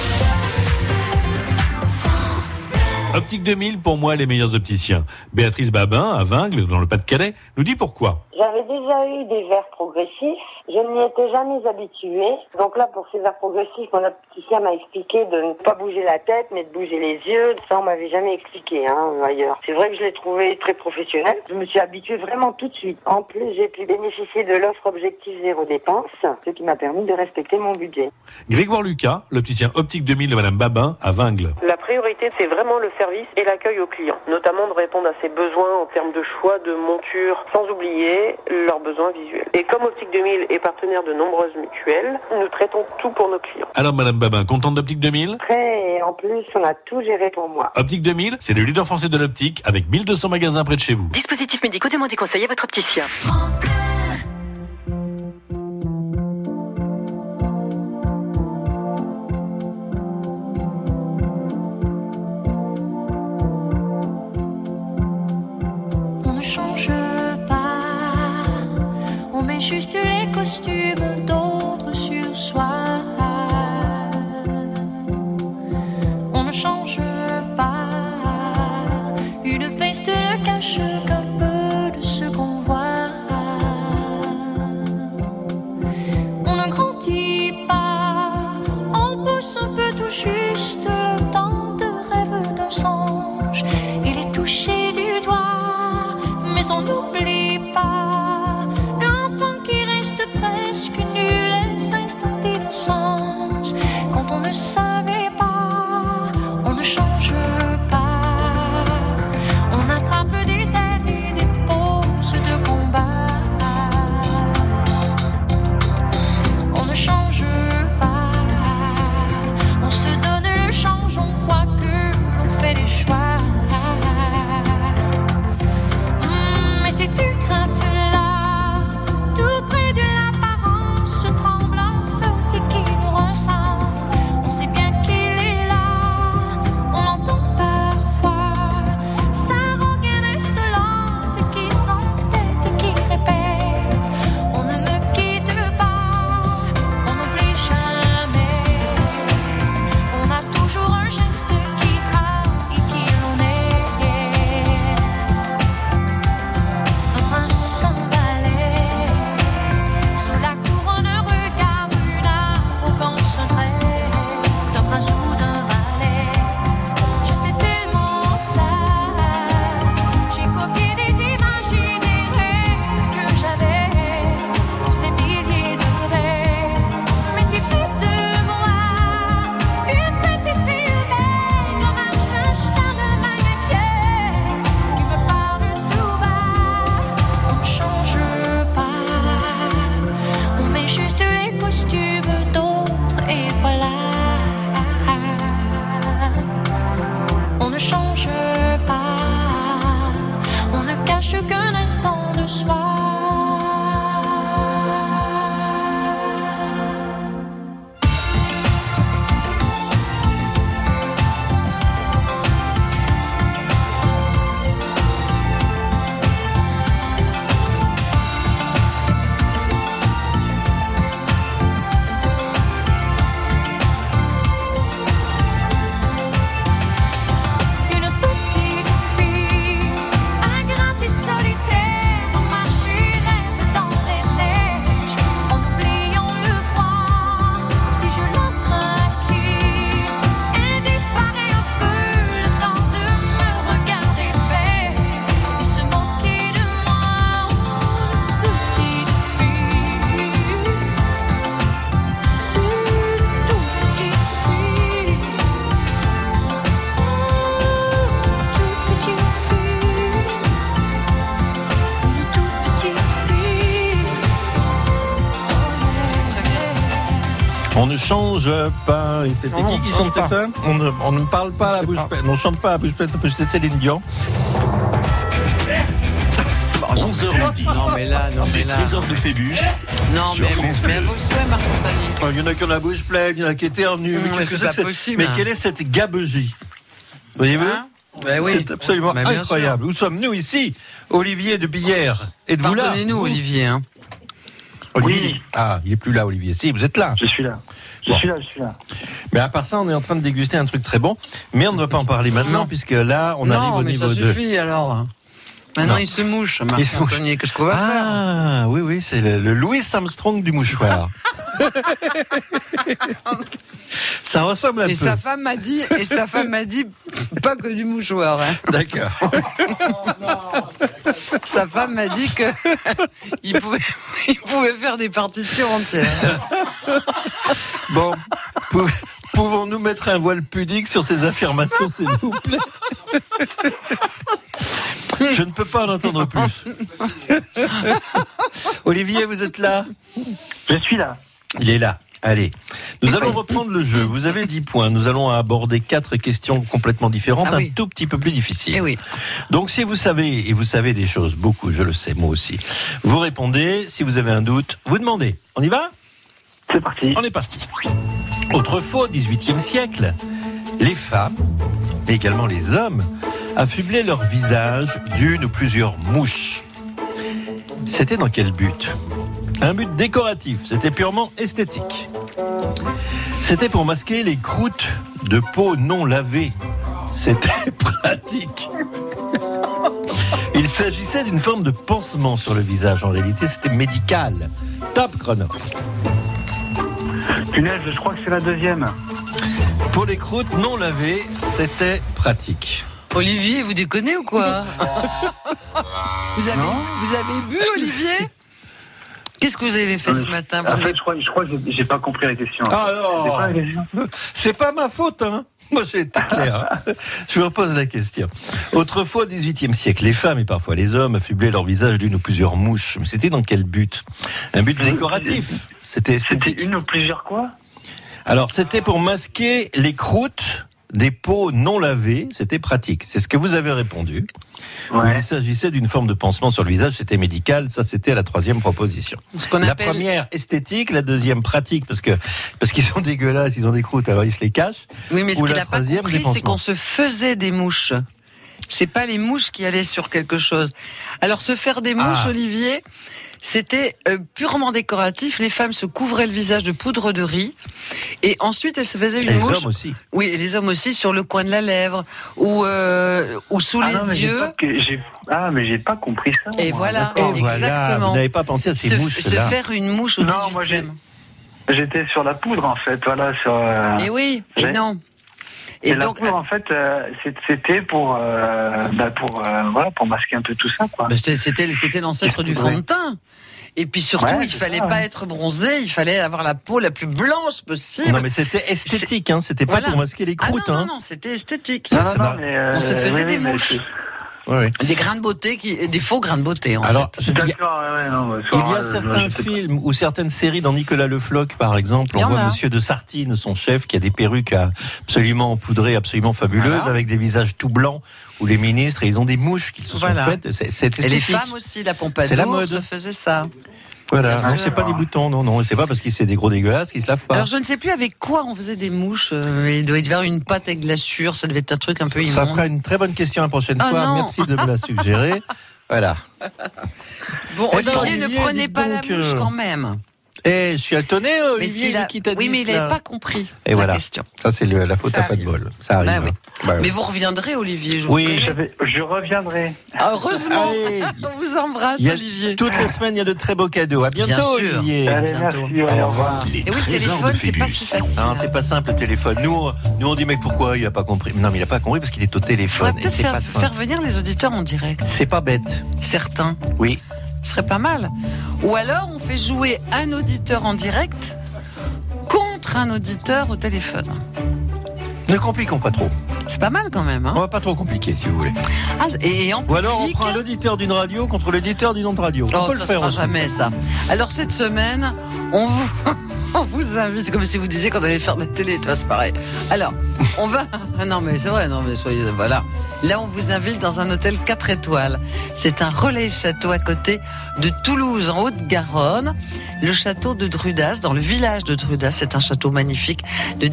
Optique 2000, pour moi, les meilleurs opticiens. Béatrice Babin, à Vingles, dans le Pas-de-Calais, nous dit pourquoi. J'avais déjà eu des verres progressifs. Je n'y étais jamais habituée. Donc là, pour ces verres progressifs, mon opticien m'a expliqué de ne pas bouger la tête, mais de bouger les yeux. Ça, on m'avait jamais expliqué ailleurs. C'est vrai que je l'ai trouvé très professionnel. Je me suis habituée vraiment tout de suite. En plus, j'ai pu bénéficier de l'offre Objectif Zéro Dépense, ce qui m'a permis de respecter mon budget. Grégoire Lucas, l'opticien Optique 2000 de Madame Babin, à Vingles. La priorité, c'est vraiment le service et l'accueil aux clients, notamment de répondre à ses besoins en termes de choix de monture, sans oublier leurs besoins visuels. Et comme Optique 2000 est partenaire de nombreuses mutuelles, nous traitons tout pour nos clients. Alors Madame Babin, contente d'Optique 2000 ? Très, et en plus, on a tout géré pour moi. Optique 2000, c'est le leader français de l'optique, avec 1200 magasins près de chez vous. Dispositifs médicaux, demandez conseil à votre opticien. Juste les costumes d'autres sur soi. On ne change pas. Une veste ne cache qu'un peu de ce qu'on voit. On ne change pas. Et c'était qui chantait ça? On ne parle pas à la bouche pleine. On ne chante pas à la bouche pleine. C'était Céline Dion. 11h midi. Les trésors de Phébus. Non, mais à vos souhaits, Marc Montagny. Il y en a qui ont la bouche pleine, il y en a qui éternuent. Mais qu'est-ce que c'est que possible. Mais quelle est cette gabegie? Voyez-vous? Oui. C'est absolument incroyable. Où sommes-nous ici? Olivier de Billère. Êtes-vous là? Pardonnez-nous, Olivier. Hein. Olivier. Oui. Ah, il est plus là, Olivier. Si, vous êtes là. Je suis là. Je suis là. Mais à part ça, on est en train de déguster un truc très bon. Mais on ne va pas en parler maintenant, puisque là, on arrive au niveau de... Non, mais ça suffit, alors. Maintenant, il se mouche, Marc Montagny. Qu'est-ce qu'on va faire? Ah, oui, c'est le Louis Armstrong du mouchoir. Ça ressemble un peu. Sa femme m'a dit, pas que du mouchoir. Hein. D'accord. Sa femme m'a dit que il pouvait faire des partitions entières. Bon, pouvons-nous mettre un voile pudique sur ces affirmations, s'il vous plaît? Je ne peux pas en entendre plus. Olivier, vous êtes là? Je suis là. Il est là. Allez, nous allons reprendre le jeu. Vous avez 10 points. Nous allons aborder 4 questions complètement différentes, un tout petit peu plus difficiles. Oui. Donc si vous savez, et vous savez des choses, beaucoup, je le sais, moi aussi, vous répondez. Si vous avez un doute, vous demandez. On y va? C'est parti. On est parti. Autrefois, au XVIIIe siècle, les femmes, et également les hommes, affublaient leur visage d'une ou plusieurs mouches. C'était dans quel but? Un but décoratif, c'était purement esthétique. C'était pour masquer les croûtes de peau non lavées. C'était pratique. Il s'agissait d'une forme de pansement sur le visage. En réalité, c'était médical. Top chrono. Punaise, je crois que c'est la deuxième. Pour les croûtes non lavées, c'était pratique. Olivier, vous déconnez ou quoi? Vous avez bu, Olivier? Qu'est-ce que vous avez fait ce matin? Je crois que j'ai pas compris la question. C'est pas ma faute, hein. Moi, j'ai été clair. Hein. Je vous repose la question. Autrefois, au XVIIIe siècle, les femmes et parfois les hommes affublaient leur visage d'une ou plusieurs mouches. Mais c'était dans quel but? Un but décoratif. C'était esthétique. C'était une ou plusieurs quoi? Alors, c'était pour masquer les croûtes des peaux non lavées. C'était pratique. C'est ce que vous avez répondu. Ouais. Il s'agissait d'une forme de pansement sur le visage. C'était médical. Ça, c'était la troisième proposition. La première, esthétique. La deuxième, pratique, parce qu'ils sont dégueulasses, ils ont des croûtes, alors ils se les cachent. Oui, mais ce qu'il n'a pas compris, c'est qu'on se faisait des mouches. C'est pas les mouches qui allaient sur quelque chose. Alors, se faire des mouches, Olivier, c'était purement décoratif. Les femmes se couvraient le visage de poudre de riz et ensuite elles se faisaient une mouche. Les hommes aussi. Oui, et les hommes aussi sur le coin de la lèvre ou sous les yeux. Mais j'ai pas compris ça. Et voilà, exactement. Voilà. Vous n'avez pas pensé à ces mouches-là. Se faire une mouche au 18e. J'étais sur la poudre en fait, voilà. Et oui, et non. Et donc, la poudre, en fait, c'était pour masquer un peu tout ça, quoi. C'était l'ancêtre du fond de teint. Et puis surtout, il fallait pas être bronzé, il fallait avoir la peau la plus blanche possible. Non, mais c'était esthétique, hein. C'était pas pour masquer les croûtes, hein. Non, c'était esthétique. Mais on se faisait des mouches. Oui. Des grains de beauté, des faux grains de beauté, en fait. Il y a certains films ou certaines séries dans Nicolas Le Floch, par exemple. On voit Monsieur de Sartine, son chef, qui a des perruques absolument poudrées, absolument fabuleuses, avec des visages tout blancs, où les ministres, ils ont des mouches qu'ils se sont faites. C'est esthétique. Et les femmes aussi, la Pompadour se faisait ça. Voilà, non, c'est pas des boutons, non, c'est pas parce qu'ils c'est des gros dégueulasses qu'ils se lavent pas. Alors je ne sais plus avec quoi on faisait des mouches. Il doit y avoir une pâte avec glaçure, ça devait être un truc un peu immonde. Ça fera une très bonne question la prochaine fois. Non. Merci de me la suggérer. Voilà. Bon, Olivier, ne prenez pas la mouche quand même. Je suis étonné, Olivier, qui t'a dit oui, mais il n'avait pas compris la question. Ça, c'est la faute à pas de bol. Ça arrive. Mais vous reviendrez, Olivier. Je reviendrai. Heureusement. On vous embrasse, Olivier. Toutes les semaines, il y a de très beaux cadeaux. À bientôt, Olivier. Allez, merci. Au revoir. Et oui, le téléphone, c'est pas si facile. Non, c'est pas simple, le téléphone. Nous, on dit, mais pourquoi il n'a pas compris? Non, mais il n'a pas compris parce qu'il est au téléphone. Il faudrait peut-être faire venir les auditeurs en direct. C'est pas bête. Certains. Oui. Ce serait pas mal. Ou alors, on fait jouer un auditeur en direct contre un auditeur au téléphone. Ne compliquons pas trop. C'est pas mal quand même. Hein. On va pas trop compliquer, si vous voulez. Ou alors, on prend un auditeur d'une radio contre l'auditeur d'une autre radio. On peut le faire aussi. Jamais ça. Alors, cette semaine, on vous On vous invite, c'est comme si vous disiez qu'on allait faire de la télé, tu vois, c'est pareil. Alors, on va... Non mais c'est vrai, non mais soyez... Voilà. Là, on vous invite dans un hôtel 4 étoiles. C'est un relais château à côté de Toulouse, en Haute-Garonne. Le château de Drudas, dans le village de Drudas. C'est un château magnifique de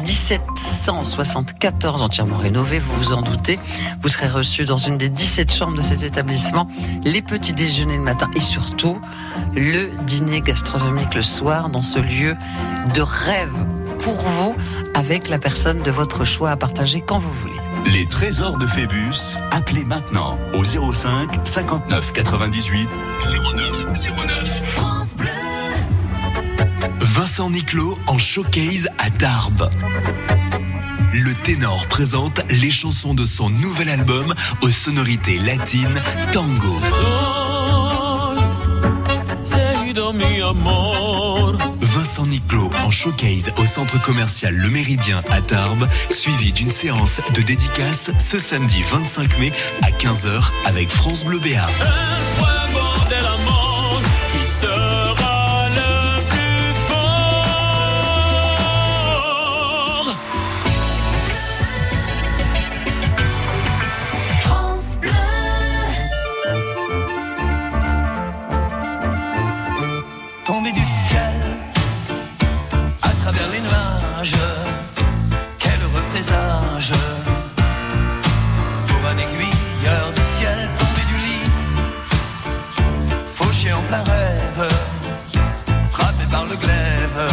1774, entièrement rénové, vous vous en doutez. Vous serez reçu dans une des 17 chambres de cet établissement. Les petits déjeuners le matin et surtout le dîner gastronomique le soir dans ce lieu de rêve pour vous, avec la personne de votre choix à partager quand vous voulez. Les trésors de Phébus, appelez maintenant au 05 59 98 09 09. France Bleu. Vincent Niclot en showcase à Tarbes. Le ténor présente les chansons de son nouvel album aux sonorités latines Tango. Vincent Niclot en showcase au centre commercial Le Méridien à Tarbes, suivi d'une séance de dédicace ce samedi 25 mai à 15h avec France Bleu Béarn. Tomber du ciel à travers les nuages, quel heureux présage pour un aiguilleur du ciel. Tomber du lit, fauché en plein rêve, frappé par le glaive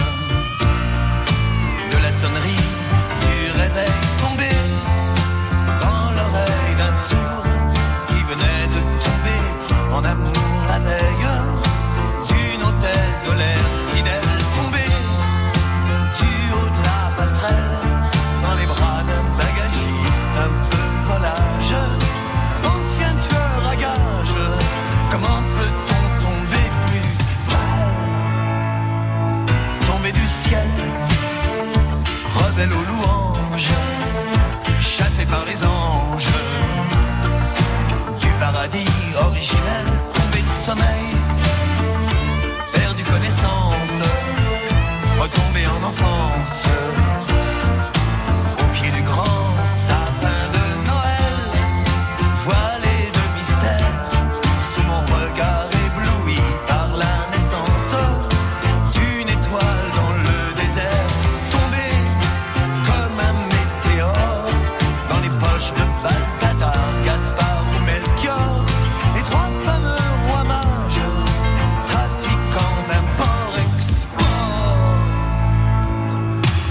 de la sonnerie du réveil. Tomber dans l'oreille d'un sourd qui venait de tomber en amour la veille d'une hôtesse de l'air fidèle. Tomber du haut de la passerelle dans les bras d'un bagagiste un peu volage, ancien tueur à gages. Comment peut-on tomber plus mal? Tomber du ciel, rebelle aux louanges, chassé par les anges du paradis originel. Tomber de sommeil, perdu connaissance, retomber en enfance, au pied du grand sapin de Noël, voilé de mystère, sous mon regard ébloui par la naissance d'une étoile dans le désert. Tomber comme un météore dans les poches de Balthazar, Gaspard ou Melchior, les trois fameux rois mages trafiquant d'import-export.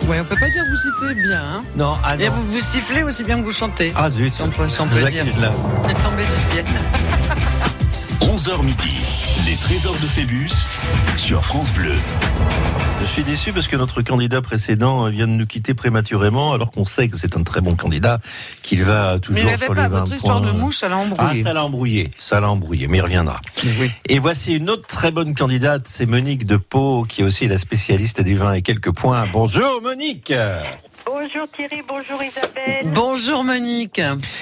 Ouais, on peut pas dire que vous sifflez bien. Hein. Non, ah non. Et vous sifflez aussi bien que vous chantez. Ah zut. Si on peut dire. Tombez du ciel. 11h midi, les trésors de Phébus sur France Bleu. Je suis déçu parce que notre candidat précédent vient de nous quitter prématurément, alors qu'on sait que c'est un très bon candidat, qu'il va toujours sur les 20 points. Mais il n'avait pas votre histoire de mouche, ça l'a embrouillé. Ah, ça l'a embrouillé, mais il reviendra. Oui. Et voici une autre très bonne candidate, c'est Monique de Pau, qui est aussi la spécialiste des vins et quelques points. Bonjour Monique. Bonjour Thierry, bonjour Isabelle. Bonjour Monique.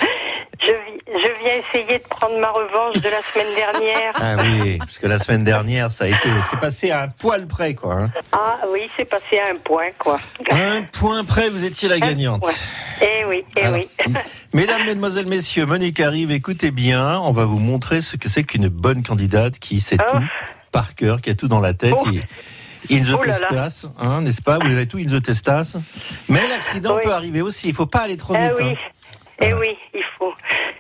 Je viens essayer de prendre ma revanche de la semaine dernière. Ah oui, parce que la semaine dernière, c'est passé à un poil près, quoi. Hein. Ah oui, c'est passé à un point, quoi. Un point près, vous étiez la gagnante. Eh oui. Mesdames, mesdemoiselles, messieurs, Monique arrive, écoutez bien, on va vous montrer ce que c'est qu'une bonne candidate qui sait tout par cœur, qui a tout dans la tête. In the testas, hein, n'est-ce pas? Vous avez tout in the testas. Mais l'accident peut arriver aussi, il ne faut pas aller trop vite. Oui. Hein. Eh oui, il faut.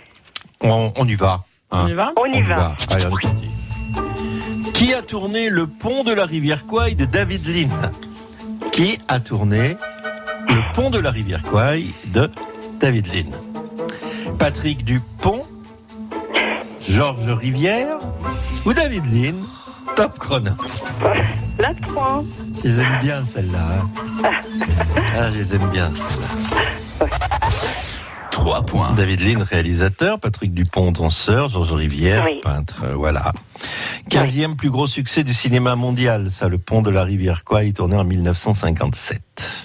On y va. Hein. On y va? On y va. Allez, on est parti. Qui a tourné le pont de la rivière Kwai de David Lean? Qui a tourné le pont de la rivière Kwai de David Lean? Patrick Dupont, Georges Rivière ou David Lean? Top chrono. La 3. Je les aime bien celle-là. Hein. Je les aime bien celle-là. 3 points. David Lean, réalisateur, Patrick Dupont, danseur, Georges Rivière, peintre, voilà. 15e plus gros succès du cinéma mondial, ça, le pont de la rivière Kwai, tourné en 1957.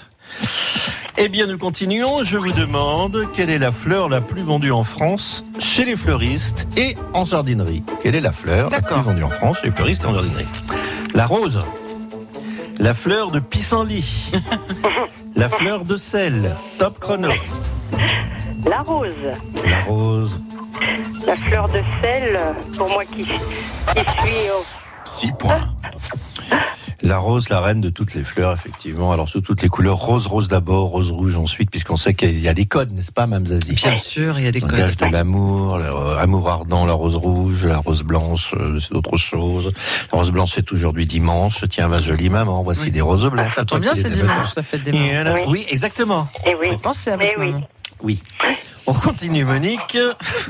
Eh bien, nous continuons. Je vous demande, quelle est la fleur la plus vendue en France chez les fleuristes et en jardinerie? Quelle est la fleur la plus vendue en France chez les fleuristes et en jardinerie? La rose, la fleur de pissenlit, la fleur de sel, top chrono. La rose. La rose. La fleur de sel, pour moi qui suis... 6 points. La rose, la reine de toutes les fleurs, effectivement. Alors, sous toutes les couleurs. Rose d'abord, rose rouge ensuite, puisqu'on sait qu'il y a des codes, n'est-ce pas, Mme Zazie? Bien sûr, il y a des codes. Langage de l'amour, l'amour ardent, la rose rouge, la rose blanche, c'est autre chose. La rose blanche, c'est aujourd'hui dimanche. Tiens, va jolie maman, voici des roses blanches. Ça tombe bien, c'est dimanche, la fête des mamans. Oui, exactement. Et oui. Pensez à votre maman. Oui. On continue, Monique.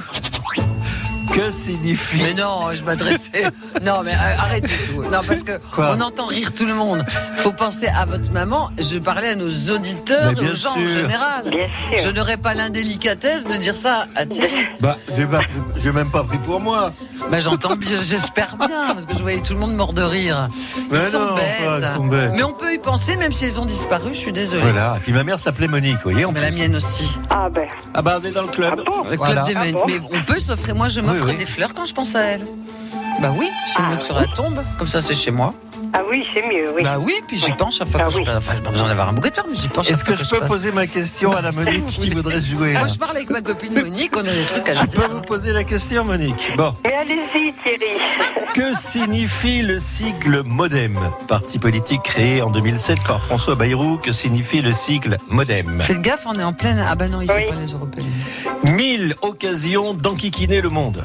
Que signifie... Mais non, je m'adressais... Non, mais arrête du tout. Non, parce que on entend rire tout le monde. Faut penser à votre maman. Je parlais à nos auditeurs et aux gens en général. Bien sûr. Je n'aurais pas l'indélicatesse de dire ça à Thierry. J'ai même pas pris pour moi. J'entends bien, j'espère bien, parce que je voyais tout le monde mort de rire. Ils sont bêtes. Mais on peut y penser, même si elles ont disparu, je suis désolée. Voilà. Et puis ma mère s'appelait Monique, vous voyez. Mais la mienne aussi. Ah ben, on est dans le club. Le club des Moniques. Mais on peut s'offrir, moi je m'offre des fleurs quand je pense à elle. Bah oui, c'est mieux que sur la tombe. Comme ça, c'est chez moi. Ah oui, c'est mieux, oui. Bah oui, puis j'y pense chaque fois que je passe. Enfin, j'ai pas besoin d'avoir un bouquet de fleurs, mais j'y pense. Est-ce que je peux poser ma question à la Monique qui voudrait jouer? Moi, je parle avec ma copine Monique, on a des trucs à dire. Je peux vous poser la question, Monique? Bon. Mais allez-y, Thierry. Que signifie le sigle MoDem? Parti politique créé en 2007 par François Bayrou. Que signifie le sigle MoDem? Faites gaffe, on est en pleine... Ah bah non, il ne faut pas les Européens. 1000 occasions d'enquiquiner le monde.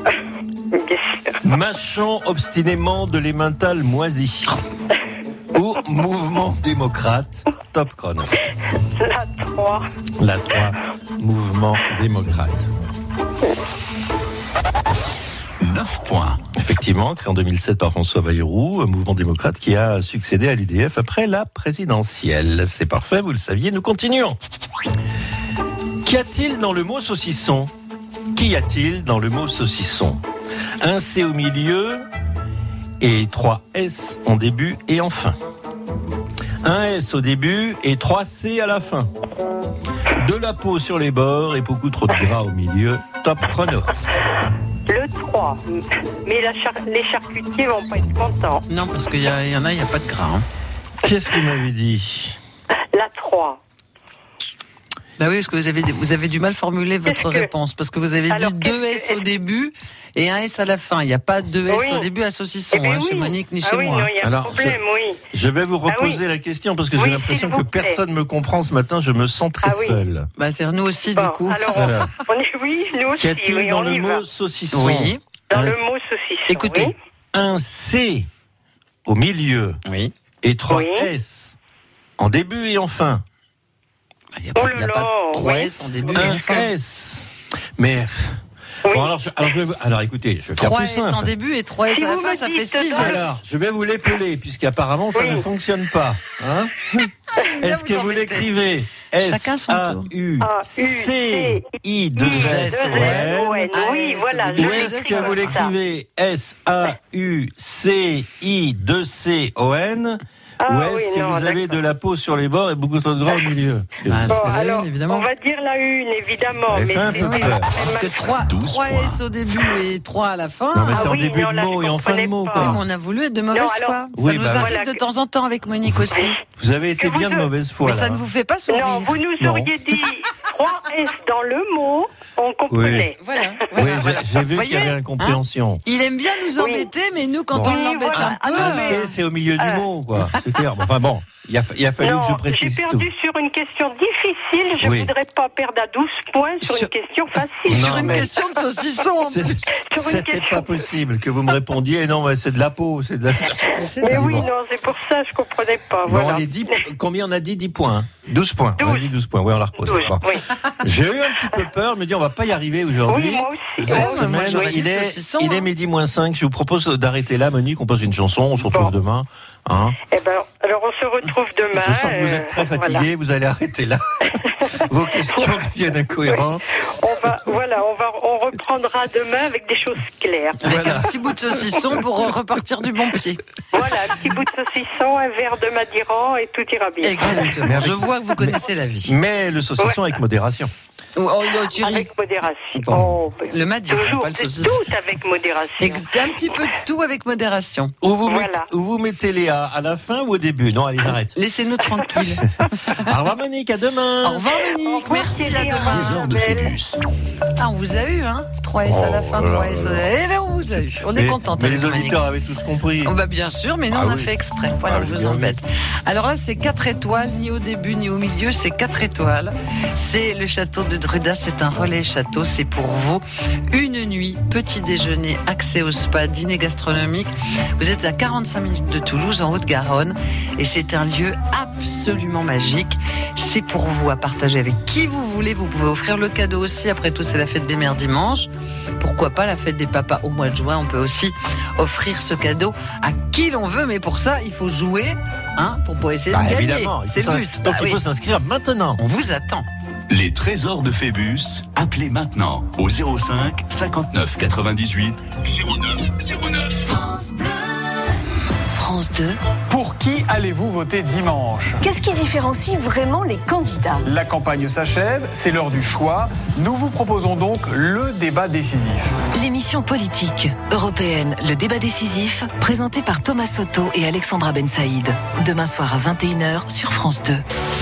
Mâchant obstinément de l'emmental moisi. Ou mouvement démocrate. Top chrono. La 3. La 3. Mouvement démocrate. 9 points. Effectivement, créé en 2007 par François Bayrou, un mouvement démocrate qui a succédé à l'UDF après la présidentielle. C'est parfait, vous le saviez, nous continuons. Qu'y a-t-il dans le mot saucisson? Qu'y a-t-il dans le mot saucisson? Un C au milieu et 3 S en début et en fin. Un S au début et 3 C à la fin. De la peau sur les bords et beaucoup trop de gras au milieu. Top chrono. Le 3. Mais les charcutiers vont pas être contents. Non, parce qu'il y en a, il n'y a pas de gras. Hein. Qu'est-ce que vous m'avez dit? La 3. Bah oui, parce que vous avez du mal formuler votre réponse, parce que vous avez dit 2 S au début et 1 S à la fin. Il n'y a pas 2 S au début à saucisson, chez Monique ni chez moi. Non, y a alors, problème, je vais vous reposer la question, parce que j'ai l'impression que personne ne me comprend ce matin, je me sens très seul. Bah c'est nous aussi, du coup. Alors, nous aussi. Qu'y a-t-il dans le mot saucisson? Oui. Dans le mot saucisson. Écoutez. Un C au milieu et 3 S En début et en fin. Il n'y a pas 3 S en début et en fin. S. Mais... Bon, alors écoutez, je vais faire 3 plus S simple. en début et 3 S à la fin, ça fait 6 S. Alors, je vais vous l'épeler, puisqu'apparemment ça ne fonctionne pas. Hein Est-ce que vous l'écrivez S-A-U-C-I-2-S-O-N Oui, voilà. Ou est-ce que vous l'écrivez S-A-U-C-I-2-C-O-N Ou est-ce que vous avez de la peau sur les bords et beaucoup trop de gras au milieu? Alors, évidemment. On va dire la une, évidemment. Mais un peu peur. Parce que 3 S au début et 3 à la fin. Non, mais c'est en début de mot et en fin de mot. Oui, mais on a voulu être de mauvaise foi. Ça nous arrive de temps en temps avec Monique aussi. Vous avez été bien de mauvaise foi. Mais ça ne vous fait pas sourire. Non, vous nous auriez dit 3 S dans le mot, on comprenait. Oui, j'ai vu qu'il y avait incompréhension. Il aime bien nous embêter, mais nous, quand on l'embête un peu... C'est au milieu du mot, quoi. C'est clair. Enfin bon, il a fallu que je précise tout. J'ai perdu sur une question difficile. Je ne voudrais pas perdre à 12 points sur une question facile. Sur une question de saucisson. C'était pas possible que vous me répondiez. Non, mais c'est de la peau. Mais oui, non, c'est pour ça que je ne comprenais pas. Voilà. Combien on a dit 10 points? 12 points. 12. On a dit 12 points. Oui, on la repose. Bon. Oui. J'ai eu un petit peu peur. Je me dis, on va pas y arriver aujourd'hui. Oui, moi aussi. Cette semaine, il est midi moins 5. Je vous propose d'arrêter là, Monique. On pose une chanson. On se retrouve demain. Hein? Eh ben, alors on se retrouve demain. Je sens que vous êtes très fatigué. Voilà. Vous allez arrêter là. Vos questions deviennent incohérentes. On reprendra demain avec des choses claires. Avec un petit bout de saucisson pour repartir du bon pied. Voilà, un petit bout de saucisson, un verre de Madiran et tout ira bien. Exactement. Je vois que vous connaissez la vie. Mais le saucisson avec modération. Avec modération. Le Madiran, pas le saucisson. Tout avec modération. Un petit peu de tout avec modération. Où vous mettez Léa, à la fin ou au début? Non, allez, j'arrête. Laissez-nous tranquilles. Au revoir Monique, à demain. Au revoir Monique, merci, à demain. Trésor de Phébus. Ah, on vous a eu, hein? 3 S à la fin, 3 S. Eh bien, on vous a eu. On est contente. Mais les auditeurs avaient tous compris. Bien sûr, mais nous, on a fait exprès. Voilà, je vous embête. Alors là, c'est 4 étoiles, ni au début, ni au milieu, c'est 4 étoiles. C'est le château de Drudas, c'est un relais château, c'est pour vous. Une nuit, petit déjeuner, accès au spa, dîner gastronomique. Vous êtes à 45 minutes de Toulouse, en Haute-Garonne, et c'est un lieu absolument magique. C'est pour vous à partager avec qui vous voulez. Vous pouvez offrir le cadeau aussi. Après tout, c'est la fête des mères dimanche. Pourquoi pas la fête des papas au mois de juin? On peut aussi offrir ce cadeau à qui l'on veut, mais pour ça, il faut jouer, pour pouvoir essayer de gagner. Évidemment, c'est le but. Donc il faut s'inscrire maintenant. On vous attend. Les trésors de Phébus, appelez maintenant au 05 59 98 09 09. France Bleu. France 2. Pour qui allez-vous voter dimanche? Qu'est-ce qui différencie vraiment les candidats? La campagne s'achève, c'est l'heure du choix. Nous vous proposons donc le débat décisif. L'émission politique européenne Le débat décisif, présentée par Thomas Soto et Alexandra Ben Saïd. Demain soir à 21h sur France 2.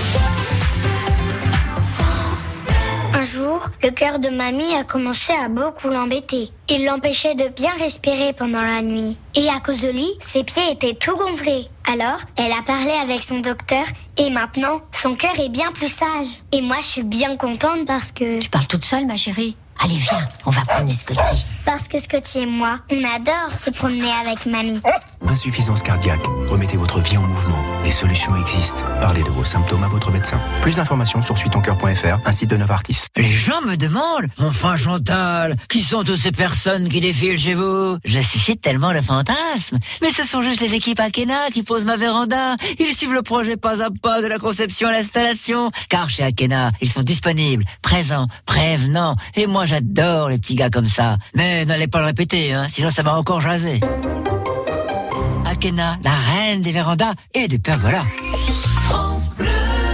Un jour, le cœur de mamie a commencé à beaucoup l'embêter. Il l'empêchait de bien respirer pendant la nuit. Et à cause de lui, ses pieds étaient tout gonflés. Alors, elle a parlé avec son docteur et maintenant, son cœur est bien plus sage. Et moi, je suis bien contente parce que... Tu parles toute seule, ma chérie? Allez, viens, on va promener Scotty. Parce que Scotty et moi, on adore se promener avec mamie. Insuffisance cardiaque. Remettez votre vie en mouvement. Des solutions existent. Parlez de vos symptômes à votre médecin. Plus d'informations sur suitoncoeur.fr, un site de Novartis. Les gens me demandent, enfin Chantal, qui sont toutes ces personnes qui défilent chez vous? Je suscite tellement le fantasme. Mais ce sont juste les équipes Akena qui posent ma véranda. Ils suivent le projet pas à pas de la conception à l'installation. Car chez Akena, ils sont disponibles, présents, prévenants. Et moi j'adore les petits gars comme ça. Mais n'allez pas le répéter, sinon ça va encore jaser. Akena, la reine des vérandas et des pergolas. France Bleu.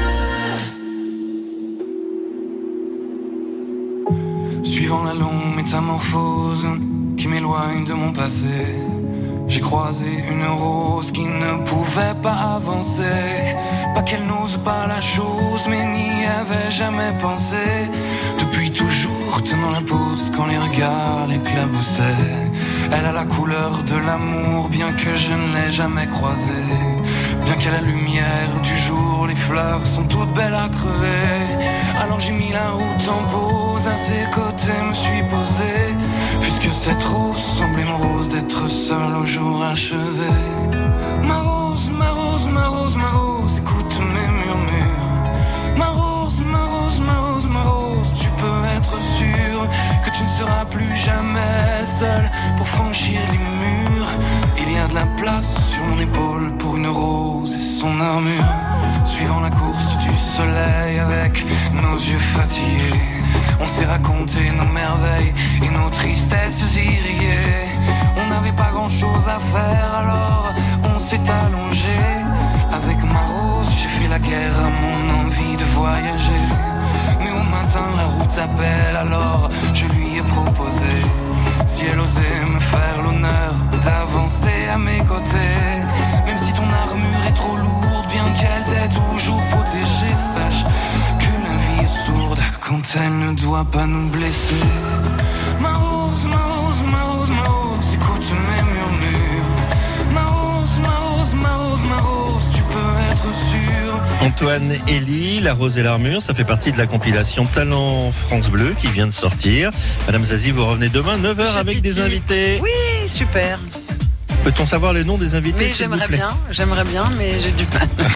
Suivant la longue métamorphose qui m'éloigne de mon passé, j'ai croisé une rose qui ne pouvait pas avancer. Pas qu'elle n'ose pas la chose, mais n'y avait jamais pensé. Depuis toujours tenant la pose quand les regards l'éclaboussaient. Elle a la couleur de l'amour, bien que je ne l'ai jamais croisée. Bien qu'à la lumière du jour, les fleurs sont toutes belles à crever. Alors j'ai mis la route en pause, à ses côtés me suis posé. Puisque cette rose semblait morose d'être seule au jour achevé. Ma rose, ma rose, ma rose, ma rose, écoute mes sera plus jamais seul pour franchir les murs. Il y a de la place sur mon épaule pour une rose et son armure. Suivant la course du soleil avec nos yeux fatigués, on s'est raconté nos merveilles et nos tristesses irriguées. On n'avait pas grand chose à faire alors on s'est allongé. Avec ma rose j'ai fait la guerre à mon envie de voyager. Mais au matin la route appelle alors je lui ai proposé, si elle osait me faire l'honneur d'avancer à mes côtés. Même si ton armure est trop lourde, bien qu'elle t'ait toujours protégée, sache que la vie est sourde quand elle ne doit pas nous blesser. Ma rose, ma rose, ma rose, ma rose, écoute mes murmures. Ma rose, ma rose, ma rose, ma rose, tu peux être sûr. Antoine Elie, La Rose et l'Armure, ça fait partie de la compilation Talent France Bleu qui vient de sortir. Madame Zazie, vous revenez demain 9h avec des invités. Oui, super. Peut-on savoir les noms des invités? Mais j'aimerais bien, mais j'ai du mal.